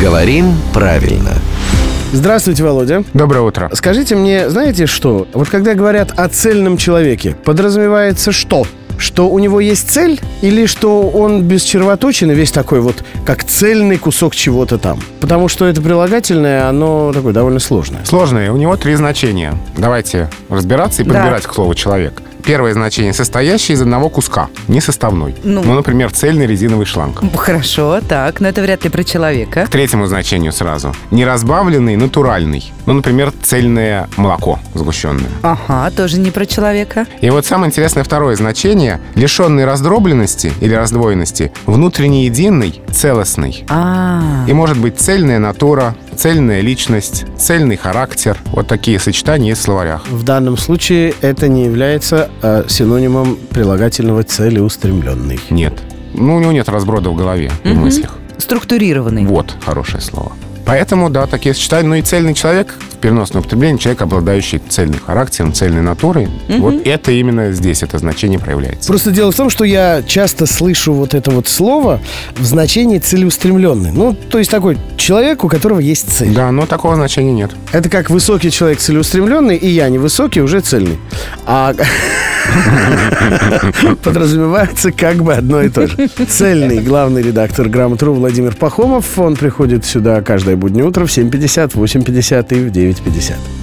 Говорим правильно. Здравствуйте, Володя. Доброе утро. Скажите мне, знаете что? Вот когда говорят о цельном человеке, подразумевается что? Что у него есть цель? Или что он без червоточины весь такой вот, как цельный кусок чего-то там? Потому что это прилагательное, оно такое довольно сложное. Сложное. У него 3 значения. Давайте разбираться и подбирать к слову «человек». Первое значение – состоящий из одного куска, не составной. Например, цельный резиновый шланг. Хорошо, так, но это вряд ли про человека. К третьему значению сразу. Неразбавленный, натуральный. Например, цельное молоко сгущенное. Ага, тоже не про человека. И вот самое интересное второе значение – лишенный раздробленности или раздвоенности, внутренне единый, целостный. И может быть цельная натура, цельная личность, цельный характер. Вот такие сочетания есть в словарях. В данном случае это не является синонимом прилагательного целеустремленный. Нет. У него нет разброда в голове и в мыслях. Структурированный. Вот хорошее слово. Поэтому, да, такие сочетания. И цельный человек, в переносном употреблении, человек, обладающий цельным характером, цельной натурой. Вот это именно здесь, это значение проявляется. Просто дело в том, что я часто слышу вот это вот слово в значении целеустремленный. То есть такой человек, у которого есть цель. Да, но такого значения нет. Это как высокий человек целеустремленный, и я невысокий, уже цельный. А подразумевается как бы одно и то же. Цельный главный редактор «Грамотру» Владимир Пахомов. Он приходит сюда каждое буднее утро в 7:50, в 8:50 и в 9:50.